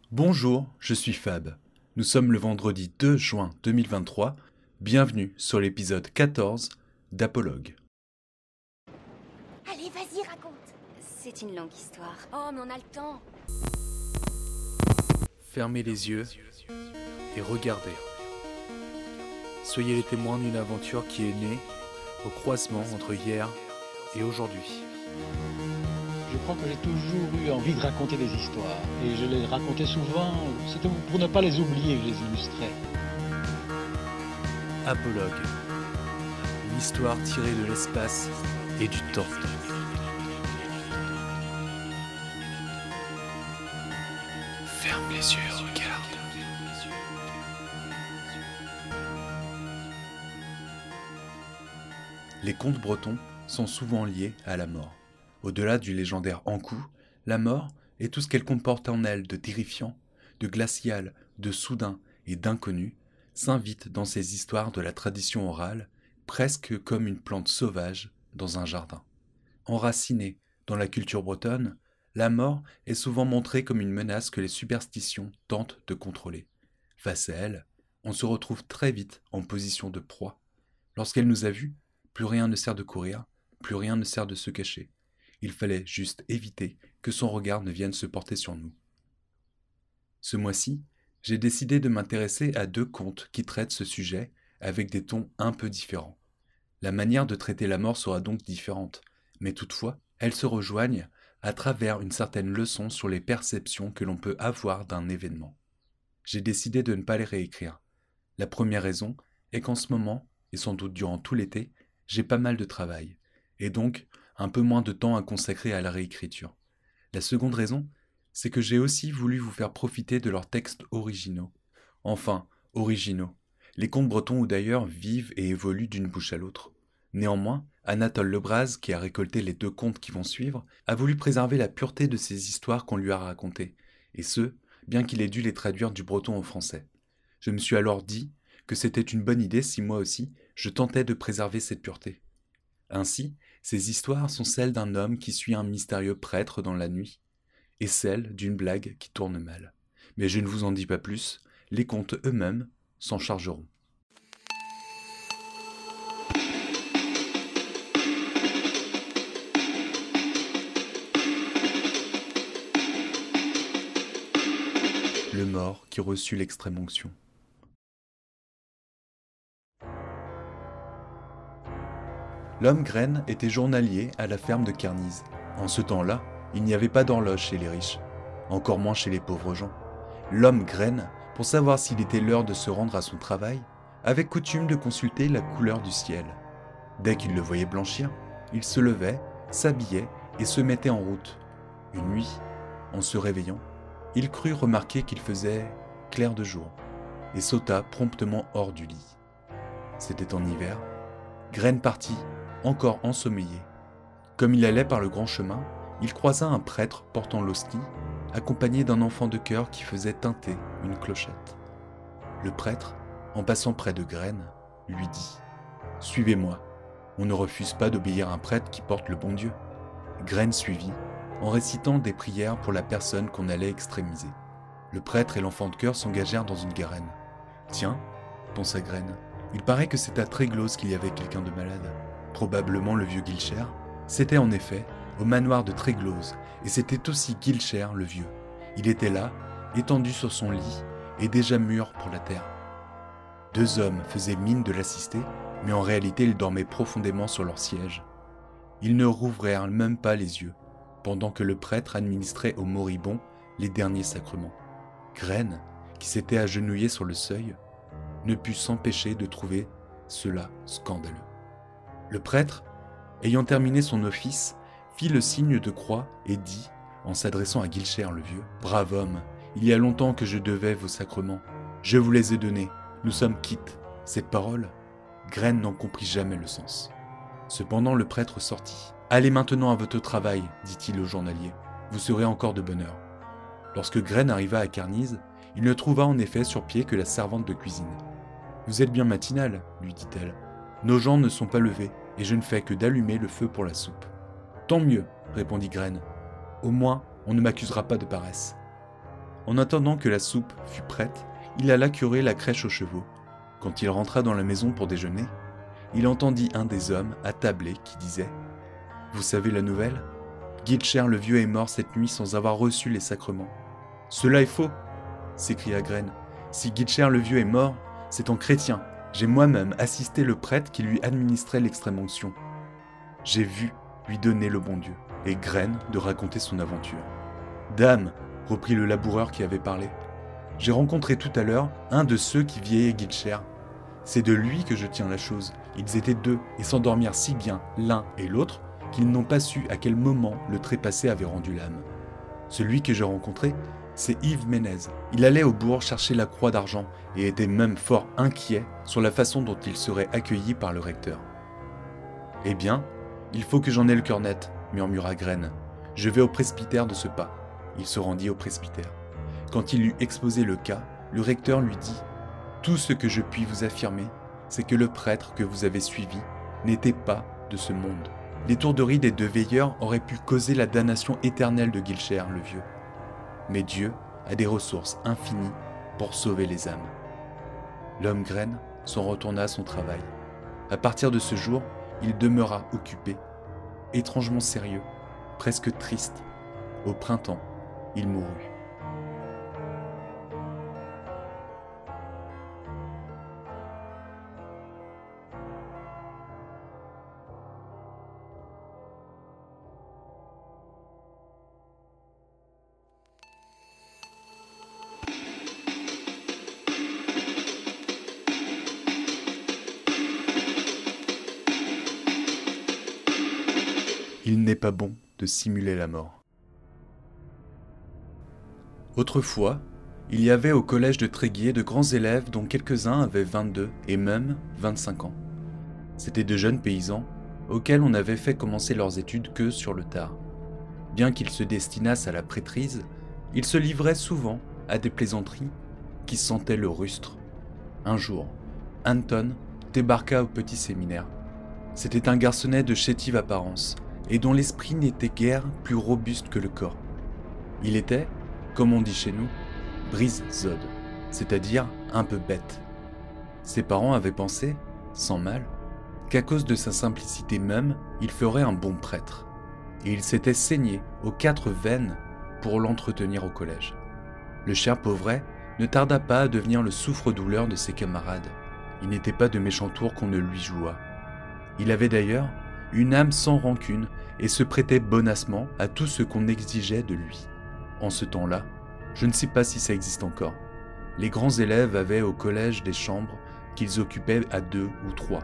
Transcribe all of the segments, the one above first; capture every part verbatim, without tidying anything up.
Bonjour, je suis Fab. Nous sommes le vendredi deux juin deux mille vingt-trois. Bienvenue sur l'épisode quatorze d'Apologue. Allez, vas-y, raconte. C'est une longue histoire. Oh, mais on a le temps. Fermez les yeux et regardez. Soyez les témoins d'une aventure qui est née au croisement entre hier et aujourd'hui. Je crois que j'ai toujours eu envie de raconter des histoires. Et je les racontais souvent, c'était pour ne pas les oublier que je les illustrais. Apologue. Une histoire tirée de l'espace et du temps. Ferme les yeux et regarde. Les contes bretons sont souvent liés à la mort. Au-delà du légendaire Ankou, la mort et tout ce qu'elle comporte en elle de terrifiant, de glacial, de soudain et d'inconnu s'invitent dans ces histoires de la tradition orale, presque comme une plante sauvage dans un jardin. Enracinée dans la culture bretonne, la mort est souvent montrée comme une menace que les superstitions tentent de contrôler. Face à elle, on se retrouve très vite en position de proie. Lorsqu'elle nous a vus, plus rien ne sert de courir, plus rien ne sert de se cacher. Il fallait juste éviter que son regard ne vienne se porter sur nous. Ce mois-ci, j'ai décidé de m'intéresser à deux contes qui traitent ce sujet avec des tons un peu différents. La manière de traiter la mort sera donc différente, mais toutefois, elles se rejoignent à travers une certaine leçon sur les perceptions que l'on peut avoir d'un événement. J'ai décidé de ne pas les réécrire. La première raison est qu'en ce moment, et sans doute durant tout l'été, j'ai pas mal de travail, et donc un peu moins de temps à consacrer à la réécriture. La seconde raison, c'est que j'ai aussi voulu vous faire profiter de leurs textes originaux. Enfin, originaux. Les contes bretons ou d'ailleurs vivent et évoluent d'une bouche à l'autre. Néanmoins, Anatole Lebras, qui a récolté les deux contes qui vont suivre, a voulu préserver la pureté de ces histoires qu'on lui a racontées, et ce, bien qu'il ait dû les traduire du breton au français. Je me suis alors dit que c'était une bonne idée si moi aussi, je tentais de préserver cette pureté. Ainsi, ces histoires sont celles d'un homme qui suit un mystérieux prêtre dans la nuit, et celles d'une blague qui tourne mal. Mais je ne vous en dis pas plus, les contes eux-mêmes s'en chargeront. Le mort qui reçut l'extrême-onction. L'homme Graine était journalier à la ferme de Carnise. En ce temps-là, il n'y avait pas d'horloge chez les riches, encore moins chez les pauvres gens. L'homme Graine, pour savoir s'il était l'heure de se rendre à son travail, avait coutume de consulter la couleur du ciel. Dès qu'il le voyait blanchir, il se levait, s'habillait et se mettait en route. Une nuit, en se réveillant, il crut remarquer qu'il faisait clair de jour et sauta promptement hors du lit. C'était en hiver. Graine partit, encore ensommeillé. Comme il allait par le grand chemin, il croisa un prêtre portant l'hostie, accompagné d'un enfant de chœur qui faisait tinter une clochette. Le prêtre, en passant près de Graine, lui dit « Suivez-moi, on ne refuse pas d'obéir à un prêtre qui porte le bon Dieu. » Graine suivit, en récitant des prières pour la personne qu'on allait extrémiser. Le prêtre et l'enfant de chœur s'engagèrent dans une garenne. « Tiens, pensa Graine, il paraît que c'est à Tréglose qu'il y avait quelqu'un de malade. Probablement le vieux Guilcher. C'était en effet au manoir de Tréglose, et c'était aussi Guilcher le vieux. Il était là, étendu sur son lit, et déjà mûr pour la terre. Deux hommes faisaient mine de l'assister, mais en réalité ils dormaient profondément sur leur siège. Ils ne rouvrirent même pas les yeux, pendant que le prêtre administrait aux moribonds les derniers sacrements. Graine, qui s'était agenouillé sur le seuil, ne put s'empêcher de trouver cela scandaleux. Le prêtre, ayant terminé son office, fit le signe de croix et dit, en s'adressant à Guilcher le vieux, « Brave homme, il y a longtemps que je devais vos sacrements. Je vous les ai donnés, nous sommes quittes. » Cette parole, Graine n'en comprit jamais le sens. Cependant le prêtre sortit. « Allez maintenant à votre travail, dit-il au journalier. Vous serez encore de bonne heure. » Lorsque Graine arriva à Carnise, il ne trouva en effet sur pied que la servante de cuisine. « Vous êtes bien matinale, lui dit-elle. Nos gens ne sont pas levés, et je ne fais que d'allumer le feu pour la soupe. »« Tant mieux, répondit Graine. Au moins, on ne m'accusera pas de paresse. » En attendant que la soupe fût prête, il alla curer la crèche aux chevaux. Quand il rentra dans la maison pour déjeuner, il entendit un des hommes attabler qui disait « Vous savez la nouvelle ? Gilcher le vieux est mort cette nuit sans avoir reçu les sacrements. »« Cela est faux !» s'écria Graine. « Si Gilcher le vieux est mort, c'est en chrétien. J'ai moi-même assisté le prêtre qui lui administrait l'extrême-onction. J'ai vu lui donner le bon Dieu. » Et Graine de raconter son aventure. « Dame, reprit le laboureur qui avait parlé, j'ai rencontré tout à l'heure un de ceux qui vieillait Gilcher. C'est de lui que je tiens la chose. Ils étaient deux et s'endormirent si bien l'un et l'autre qu'ils n'ont pas su à quel moment le trépassé avait rendu l'âme. Celui que j'ai rencontré, c'est Yves Ménez. Il allait au bourg chercher la croix d'argent et était même fort inquiet sur la façon dont il serait accueilli par le recteur. Eh bien, il faut que j'en ai le cœur net, murmura Graine. Je vais au presbytère de ce pas. Il se rendit au presbytère. Quand il eut exposé le cas, le recteur lui dit « Tout ce que je puis vous affirmer, c'est que le prêtre que vous avez suivi n'était pas de ce monde. L'étourderie des deux veilleurs aurait pu causer la damnation éternelle de Gilcher, le vieux. Mais Dieu a des ressources infinies pour sauver les âmes. » L'homme Graine s'en retourna à son travail. À partir de ce jour, il demeura occupé, étrangement sérieux, presque triste. Au printemps, il mourut. Il n'est pas bon de simuler la mort. Autrefois, il y avait au collège de Tréguier de grands élèves dont quelques-uns avaient vingt-deux et même vingt-cinq ans. C'étaient de jeunes paysans auxquels on n'avait fait commencer leurs études que sur le tard. Bien qu'ils se destinassent à la prêtrise, ils se livraient souvent à des plaisanteries qui sentaient le rustre. Un jour, Anton débarqua au petit séminaire. C'était un garçonnet de chétive apparence, et dont l'esprit n'était guère plus robuste que le corps. Il était, comme on dit chez nous, brise-zode, c'est-à-dire un peu bête. Ses parents avaient pensé, sans mal, qu'à cause de sa simplicité même, il ferait un bon prêtre, et il s'était saigné aux quatre veines pour l'entretenir au collège. Le cher pauvret ne tarda pas à devenir le souffre-douleur de ses camarades. Il n'était pas de méchant tour qu'on ne lui joua. Il avait d'ailleurs une âme sans rancune et se prêtait bonassement à tout ce qu'on exigeait de lui. En ce temps-là, je ne sais pas si ça existe encore, les grands élèves avaient au collège des chambres qu'ils occupaient à deux ou trois.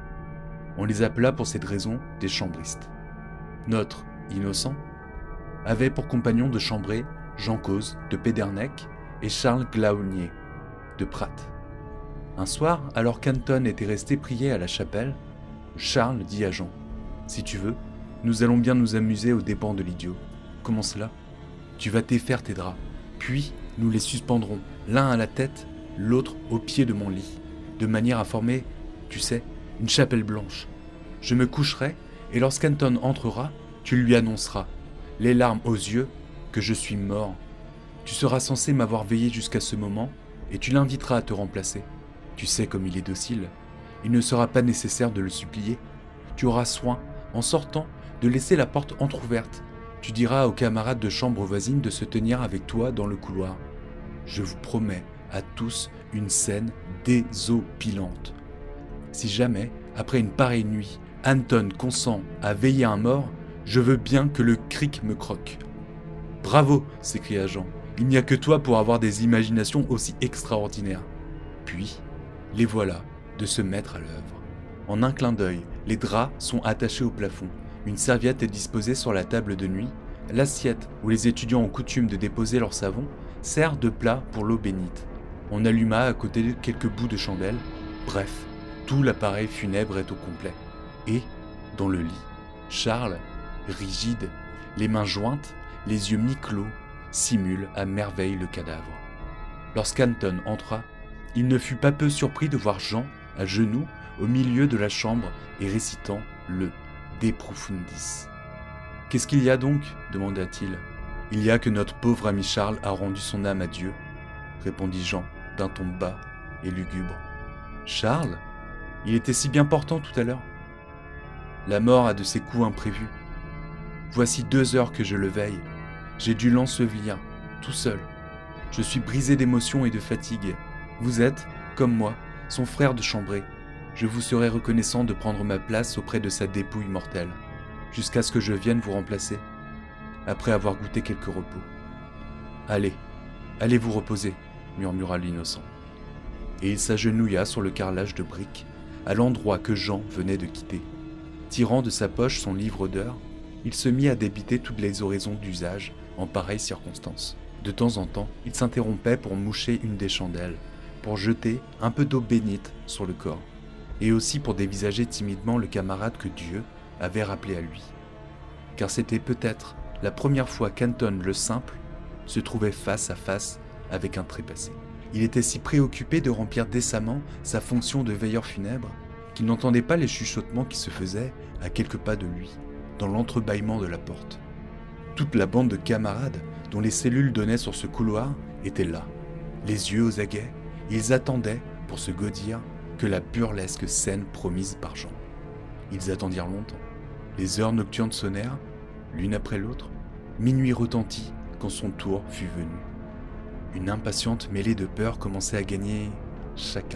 On les appela pour cette raison des chambristes. Notre innocent avait pour compagnon de chambrée Jean Cause de Pédernec et Charles Glaunier de Prat. Un soir, alors qu'Anton était resté prier à la chapelle, Charles dit à Jean « Si tu veux, nous allons bien nous amuser aux dépens de l'idiot. Comment cela ? Tu vas défaire tes draps, puis nous les suspendrons, l'un à la tête, l'autre au pied de mon lit, de manière à former, tu sais, une chapelle blanche. Je me coucherai, et lorsqu'Anton entrera, tu lui annonceras, les larmes aux yeux, que je suis mort. Tu seras censé m'avoir veillé jusqu'à ce moment, et tu l'inviteras à te remplacer. Tu sais comme il est docile. Il ne sera pas nécessaire de le supplier. Tu auras soin, en sortant, de laisser la porte entr'ouverte. Tu diras aux camarades de chambre voisine de se tenir avec toi dans le couloir. Je vous promets à tous une scène désopilante. Si jamais, après une pareille nuit, Anton consent à veiller un mort, je veux bien que le cric me croque. « Bravo !» s'écria Jean. « Il n'y a que toi pour avoir des imaginations aussi extraordinaires. » Puis, les voilà de se mettre à l'œuvre. En un clin d'œil, les draps sont attachés au plafond. Une serviette est disposée sur la table de nuit. L'assiette où les étudiants ont coutume de déposer leur savon sert de plat pour l'eau bénite. On alluma à côté de quelques bouts de chandelle. Bref, tout l'appareil funèbre est au complet. Et, dans le lit, Charles, rigide, les mains jointes, les yeux mi-clos, simule à merveille le cadavre. Lorsqu'Anton entra, il ne fut pas peu surpris de voir Jean, à genoux, au milieu de la chambre et récitant le De Profundis. « Qu'est-ce qu'il y a donc » demanda-t-il. Il y a que notre pauvre ami Charles a rendu son âme à Dieu, répondit Jean d'un ton bas et lugubre. Charles ? Il était si bien portant tout à l'heure. La mort a de ses coups imprévus. Voici deux heures que je le veille. J'ai dû l'ensevelir, tout seul. Je suis brisé d'émotion et de fatigue. Vous êtes, comme moi, son frère de chambrée. Je vous serai reconnaissant de prendre ma place auprès de sa dépouille mortelle, jusqu'à ce que je vienne vous remplacer, après avoir goûté quelques repos. Allez, allez vous reposer, murmura l'innocent. Et il s'agenouilla sur le carrelage de briques, à l'endroit que Jean venait de quitter. Tirant de sa poche son livre d'heures, il se mit à débiter toutes les oraisons d'usage en pareilles circonstances. De temps en temps, il s'interrompait pour moucher une des chandelles, pour jeter un peu d'eau bénite sur le corps, et aussi pour dévisager timidement le camarade que Dieu avait rappelé à lui. Car c'était peut-être la première fois qu'Anton le Simple se trouvait face à face avec un trépassé. Il était si préoccupé de remplir décemment sa fonction de veilleur funèbre qu'il n'entendait pas les chuchotements qui se faisaient à quelques pas de lui, dans l'entrebâillement de la porte. Toute la bande de camarades dont les cellules donnaient sur ce couloir était là, les yeux aux aguets, et ils attendaient, pour se gaudir, que la burlesque scène promise par Jean. Ils attendirent longtemps. Les heures nocturnes sonnèrent, l'une après l'autre. Minuit retentit quand son tour fut venu. Une impatiente mêlée de peur commençait à gagner chacun.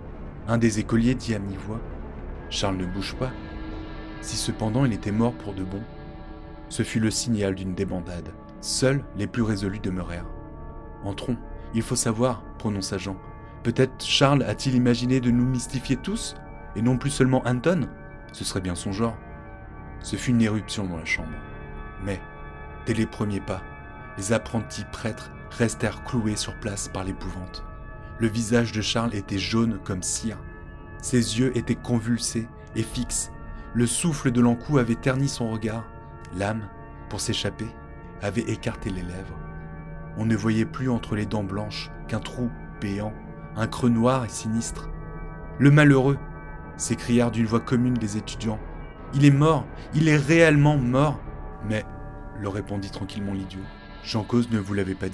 Un des écoliers dit à mi-voix « Charles ne bouge pas ». Si cependant il était mort pour de bon, ce fut le signal d'une débandade. Seuls les plus résolus demeurèrent. « Entrons, il faut savoir, prononça Jean. Peut-être Charles a-t-il imaginé de nous mystifier tous, et non plus seulement Anton ? Ce serait bien son genre. » Ce fut une éruption dans la chambre. Mais, dès les premiers pas, les apprentis prêtres restèrent cloués sur place par l'épouvante. Le visage de Charles était jaune comme cire. Ses yeux étaient convulsés et fixes. Le souffle de l'encou avait terni son regard. L'âme, pour s'échapper, avait écarté les lèvres. On ne voyait plus entre les dents blanches qu'un trou béant, un creux noir et sinistre. « Le malheureux !» s'écrièrent d'une voix commune les étudiants. « Il est mort, il est réellement mort !» « Mais, le répondit tranquillement l'idiot, Jean Cause ne vous l'avait pas dit ?